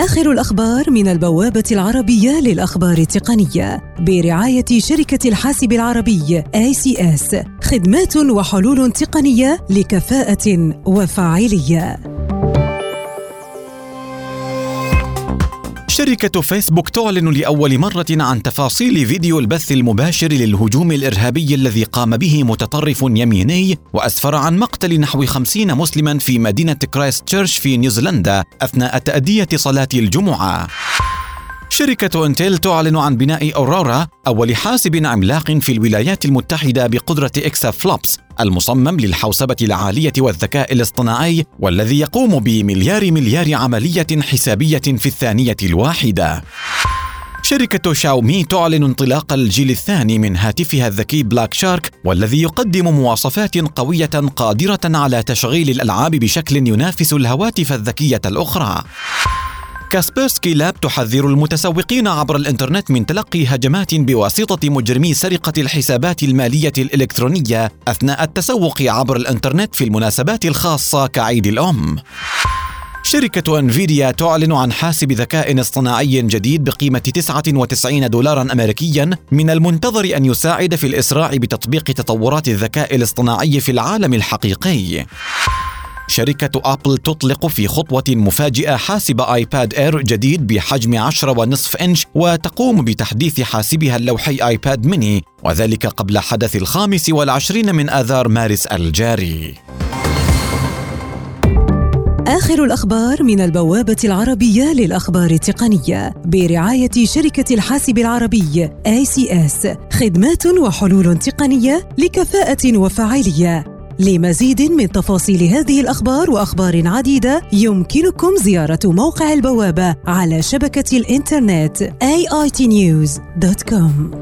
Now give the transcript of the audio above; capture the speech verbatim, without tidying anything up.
آخر الأخبار من البوابة العربية للأخبار التقنية برعاية شركة الحاسب العربي آي سي إس، خدمات وحلول تقنية لكفاءة وفاعلية. شركة فيسبوك تعلن لأول مرة عن تفاصيل فيديو البث المباشر للهجوم الإرهابي الذي قام به متطرف يميني وأسفر عن مقتل نحو خمسين مسلما في مدينة كرايست تشيرش في نيوزيلندا أثناء تأدية صلاة الجمعة. شركة انتل تعلن عن بناء أورورا، أول حاسب عملاق في الولايات المتحدة بقدرة إكسا فلوبس المصمم للحوسبة العالية والذكاء الاصطناعي، والذي يقوم بمليار مليار عملية حسابية في الثانية الواحدة. شركة شاومي تعلن انطلاق الجيل الثاني من هاتفها الذكي بلاك شارك، والذي يقدم مواصفات قوية قادرة على تشغيل الألعاب بشكل ينافس الهواتف الذكية الأخرى. كاسبرسكي لاب تحذر المتسوقين عبر الإنترنت من تلقي هجمات بواسطة مجرمي سرقة الحسابات المالية الإلكترونية أثناء التسوق عبر الإنترنت في المناسبات الخاصة كعيد الأم. شركة انفيديا تعلن عن حاسب ذكاء اصطناعي جديد بقيمة تسعة وتسعين دولارا أمريكيا من المنتظر أن يساعد في الإسراع بتطبيق تطورات الذكاء الاصطناعي في العالم الحقيقي. شركة أبل تطلق في خطوة مفاجئة حاسب آيباد إير جديد بحجم عشرة ونصف إنش، وتقوم بتحديث حاسبها اللوحي آيباد ميني، وذلك قبل حدث الخامس والعشرين من آذار مارس الجاري. آخر الأخبار من البوابة العربية للأخبار التقنية برعاية شركة الحاسب العربي آي سي إس، خدمات وحلول تقنية لكفاءة وفاعلية. لمزيد من تفاصيل هذه الأخبار وأخبار عديدة يمكنكم زيارة موقع البوابة على شبكة الإنترنت آي آي تي نيوز دوت كوم.